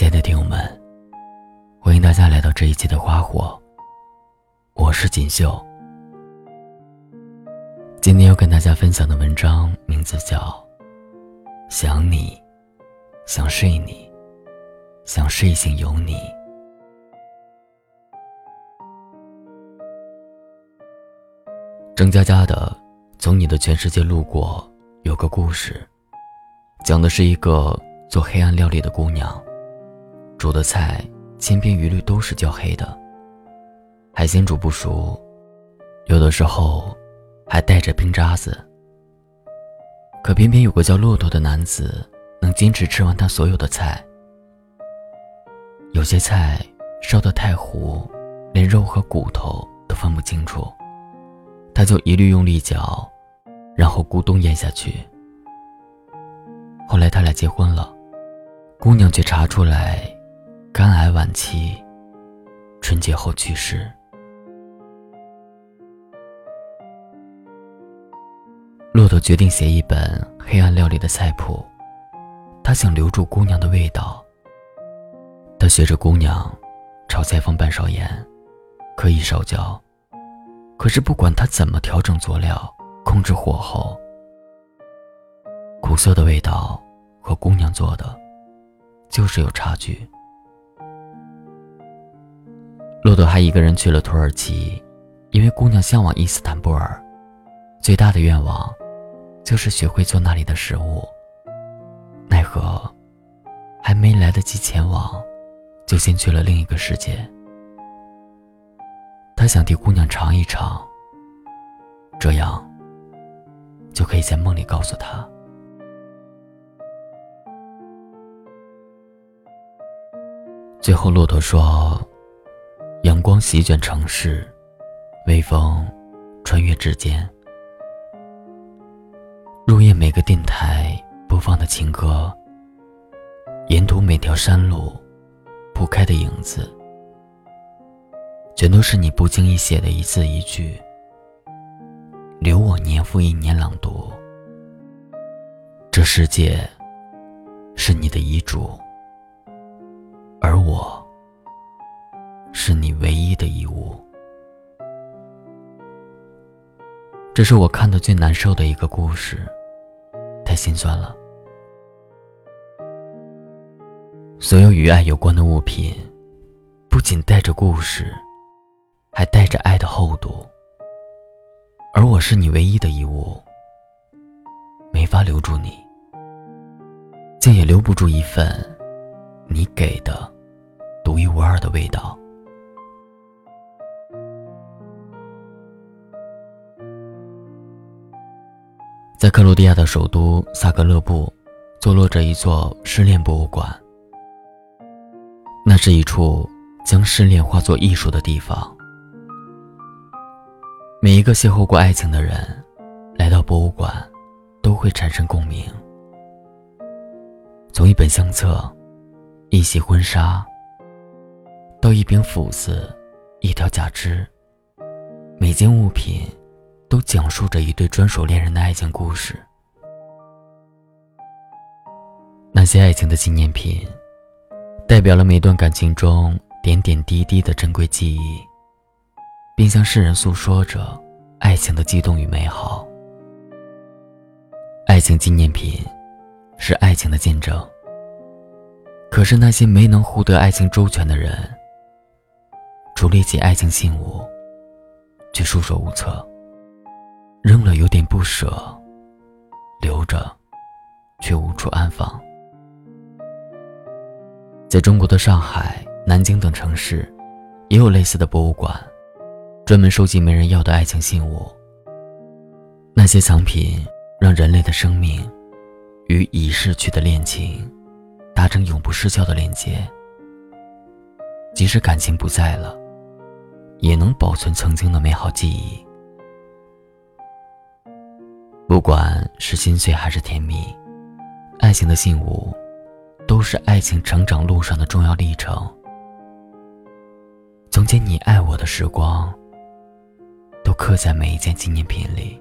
亲爱的听友们，欢迎大家来到这一期的花火，我是锦绣。今天要跟大家分享的文章名字叫想你，想睡你，想睡醒有你。郑佳佳的从你的全世界路过有个故事，讲的是一个做黑暗料理的姑娘，煮的菜千篇一律都是焦黑的，海鲜煮不熟，有的时候还带着冰渣子。可偏偏有个叫骆驼的男子能坚持吃完他所有的菜。有些菜烧得太糊，连肉和骨头都分不清楚，他就一律用力搅，然后咕咚咽下去。后来他俩结婚了，姑娘却查出来肝癌晚期，春节后去世。骆驼决定写一本黑暗料理的菜谱，他想留住姑娘的味道。他学着姑娘炒菜放半勺盐，刻意烧焦，可是不管他怎么调整佐料，控制火候，苦涩的味道和姑娘做的就是有差距。骆驼还一个人去了土耳其，因为姑娘向往伊斯坦布尔，最大的愿望就是学会做那里的食物。奈何还没来得及前往，就先去了另一个世界。他想替姑娘尝一尝，这样就可以在梦里告诉她。最后骆驼说，阳光席卷城市，微风穿越指尖，入夜每个电台播放的情歌，沿途每条山路铺开的影子，全都是你不经意写的一字一句，留我年复一年朗读。这世界是你的遗嘱，而我是你唯一的遗物。这是我看得最难受的一个故事，太心酸了。所有与爱有关的物品，不仅带着故事，还带着爱的厚度，而我是你唯一的遗物，没法留住你，竟也留不住一份你给的独一无二的味道。在克罗地亚的首都萨格勒布坐落着一座失恋博物馆，那是一处将失恋化作艺术的地方。每一个邂逅过爱情的人来到博物馆都会产生共鸣，从一本相册，一袭婚纱，到一柄斧子，一条假肢，每件物品都讲述着一对专属恋人的爱情故事。那些爱情的纪念品，代表了每段感情中点点滴滴的珍贵记忆，并向世人诉说着爱情的激动与美好。爱情纪念品是爱情的见证，可是那些没能护得爱情周全的人，处理起爱情信物却束手无策，扔了有点不舍，留着却无处安放。在中国的上海、南京等城市也有类似的博物馆，专门收集没人要的爱情信物。那些藏品让人类的生命与已逝去的恋情达成永不失效的连接，即使感情不在了，也能保存曾经的美好记忆。不管是心碎还是甜蜜，爱情的信物都是爱情成长路上的重要历程。从前你爱我的时光，都刻在每一件纪念品里。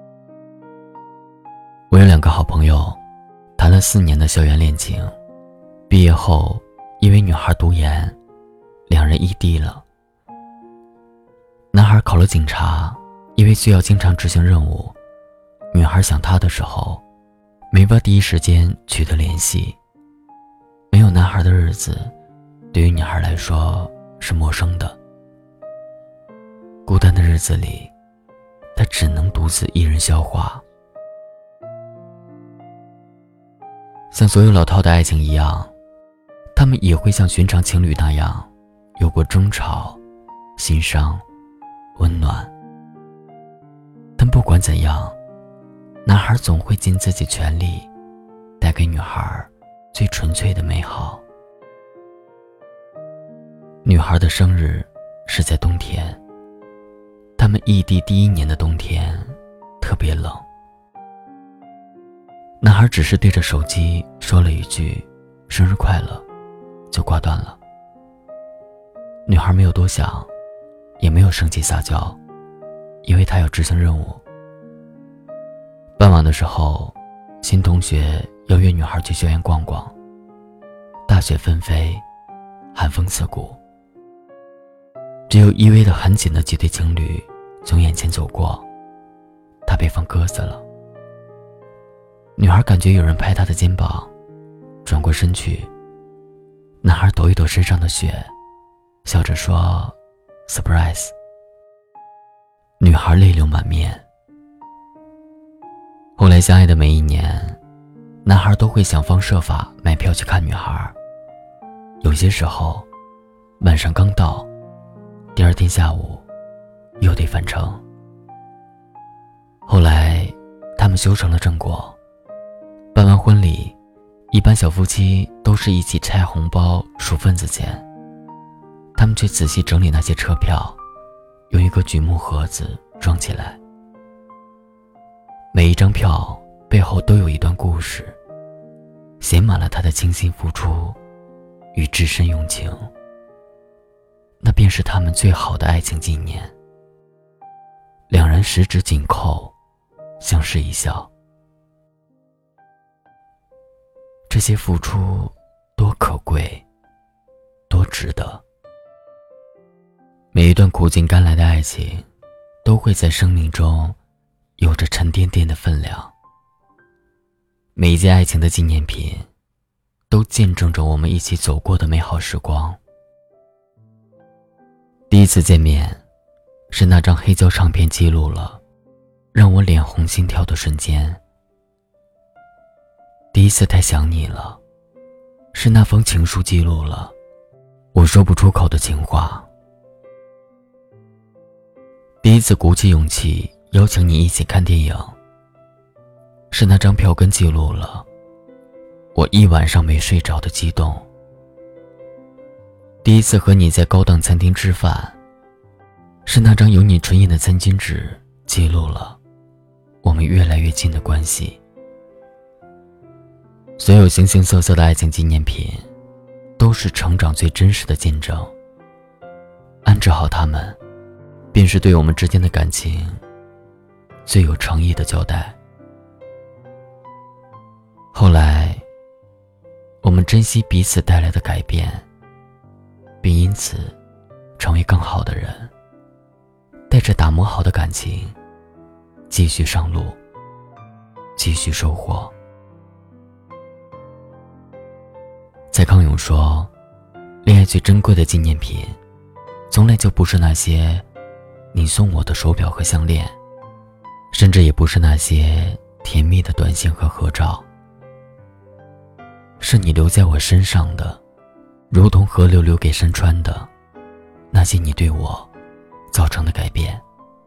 我有2个好朋友，谈了4年的校园恋情， 毕业后，因为女孩读研，两人异地了。男孩考了警察，因为需要经常执行任务，女孩想他的时候，没法第一时间取得联系。没有男孩的日子，对于女孩来说是陌生的。孤单的日子里，她只能独自一人消化。像所有老套的爱情一样，他们也会像寻常情侣那样，有过争吵、心伤、温暖。但不管怎样，男孩总会尽自己全力，带给女孩最纯粹的美好。女孩的生日是在冬天，他们异地第1年的冬天特别冷。男孩只是对着手机说了一句生日快乐，就挂断了。女孩没有多想，也没有生气撒娇，因为她要执行任务。傍晚的时候，新同学邀约女孩去校园逛逛。大雪纷飞，寒风刺骨，只有依偎得很紧的几对情侣从眼前走过，她被放鸽子了。女孩感觉有人拍她的肩膀，转过身去，男孩抖一抖身上的雪，笑着说 Surprise。 女孩泪流满面。后来相爱的每一年，男孩都会想方设法买票去看女孩。有些时候晚上刚到，第二天下午又得返程。后来他们修成了正果，办完婚礼，一般小夫妻都是一起拆红包数份子钱，他们却仔细整理那些车票，用一个榉木盒子装起来。每一张票背后都有一段故事，写满了他的倾心付出与至深用情，那便是他们最好的爱情纪念。两人十指紧扣，相视一笑。这些付出多可贵，多值得。每一段苦尽甘来的爱情，都会在生命中有着沉甸甸的分量。每一件爱情的纪念品，都见证着我们一起走过的美好时光。第一次见面，是那张黑胶唱片记录了让我脸红心跳的瞬间。第一次太想你了，是那封情书记录了我说不出口的情话。第一次鼓起勇气邀请你一起看电影，是那张票根记录了我一晚上没睡着的激动。第一次和你在高档餐厅吃饭，是那张有你唇印的餐巾纸记录了我们越来越近的关系。所有形形色色的爱情纪念品，都是成长最真实的见证。安置好它们，便是对我们之间的感情最有诚意的交代。后来，我们珍惜彼此带来的改变，并因此成为更好的人，带着打磨好的感情，继续上路，继续收获。蔡康永说，恋爱最珍贵的纪念品，从来就不是那些你送我的手表和项链，甚至也不是那些甜蜜的短信和合照，是你留在我身上的，如同河流留给山川的那些你对我造成的改变。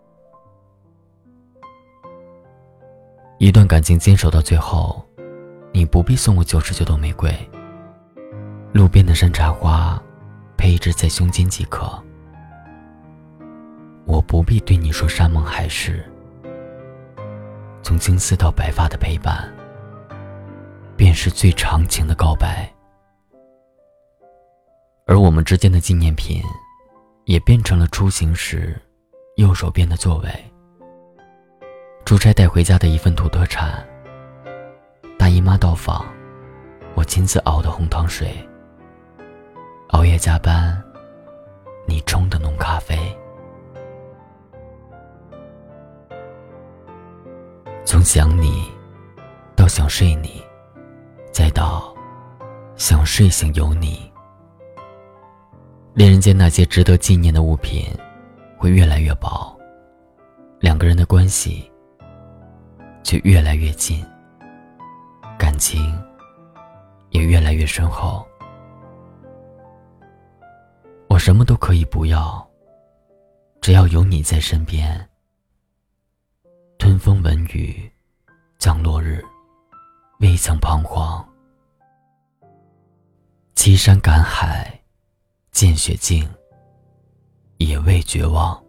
一段感情坚守到最后，你不必送我99朵玫瑰，路边的山茶花配置在胸间即可。我不必对你说山盟海誓，从青丝到白发的陪伴，便是最长情的告白。而我们之间的纪念品，也变成了出行时右手边的座位，出差带回家的一份土特产，大姨妈到访， 我亲自熬的红糖水，熬夜加班你冲的浓咖啡。从想你到想睡你，再到想睡醒有你，恋人间那些值得纪念的物品会越来越薄，两个人的关系却越来越近，感情也越来越深厚。我什么都可以不要，只要有你在身边。吞风闻雨，降落日，未曾彷徨。岐山赶海，见雪径，也未绝望。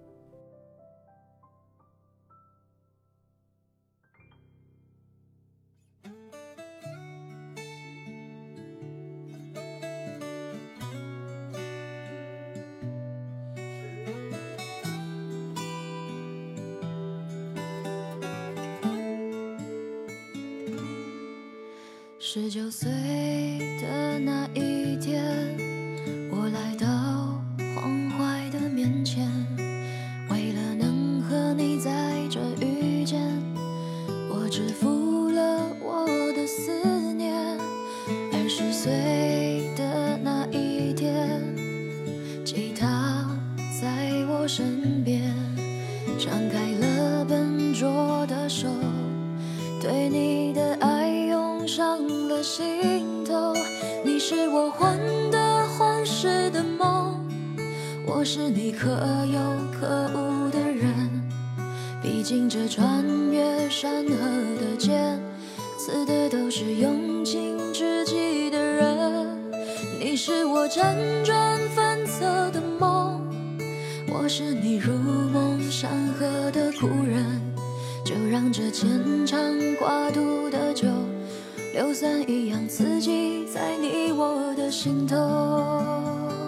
19岁的那一天，我来到黄淮的面前，为了能和你在这遇见，我支付了我的思念。20岁的那一天，吉他在我身边，张开了笨拙的手，对你的爱涌上了心头。你是我患得患失的梦，我是你可有可无的人。毕竟这穿越山河的剑，刺的都是用尽知己的人。你是我辗转反侧的梦，我是你如梦山河的故人。就让这牵肠挂肚的酒，硫酸一样刺激在你我的心头。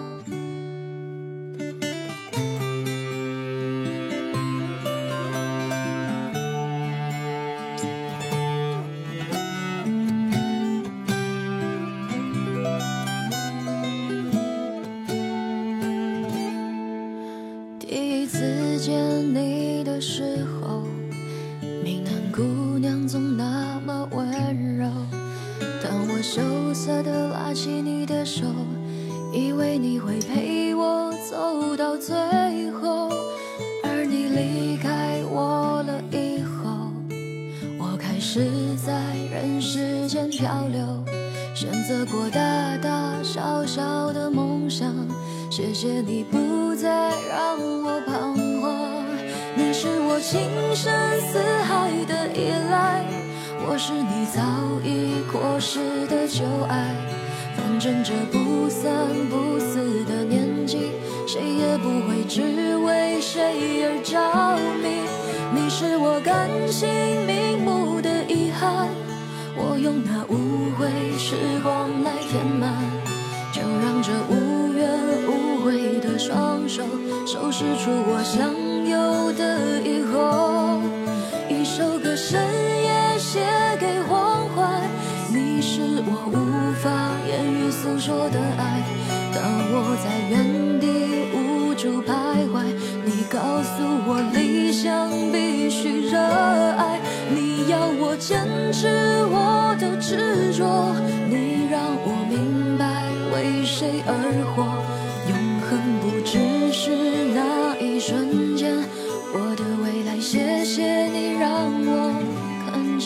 第一次见你的时候，闽南姑娘总那么温柔，当我羞涩地拉起你的手，以为你会陪我走到最后。而你离开我了以后，我开始在人世间漂流，选择过大大小小的梦想。谢谢你不再让我彷徨，你是我情深似海的依赖，我是你早已过时的旧爱。反正这不三不四的年纪，谁也不会只为谁而着迷。你是我甘心瞑目的遗憾，我用那无悔时光来填满。就让这无怨无悔的双手收拾出我想有的以后。一首歌深夜写给黄淮，你是我无法言语诉说的爱。当我在原地无助徘徊，你告诉我理想必须热爱。你要我坚持我的执着，你让我明白为谁而活。永恒不只是那一瞬间，我的未来谢谢你让我看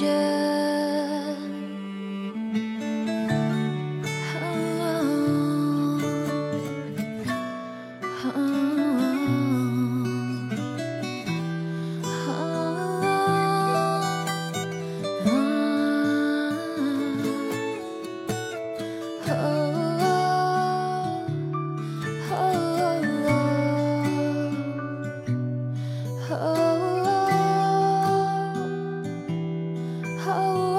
见。Oh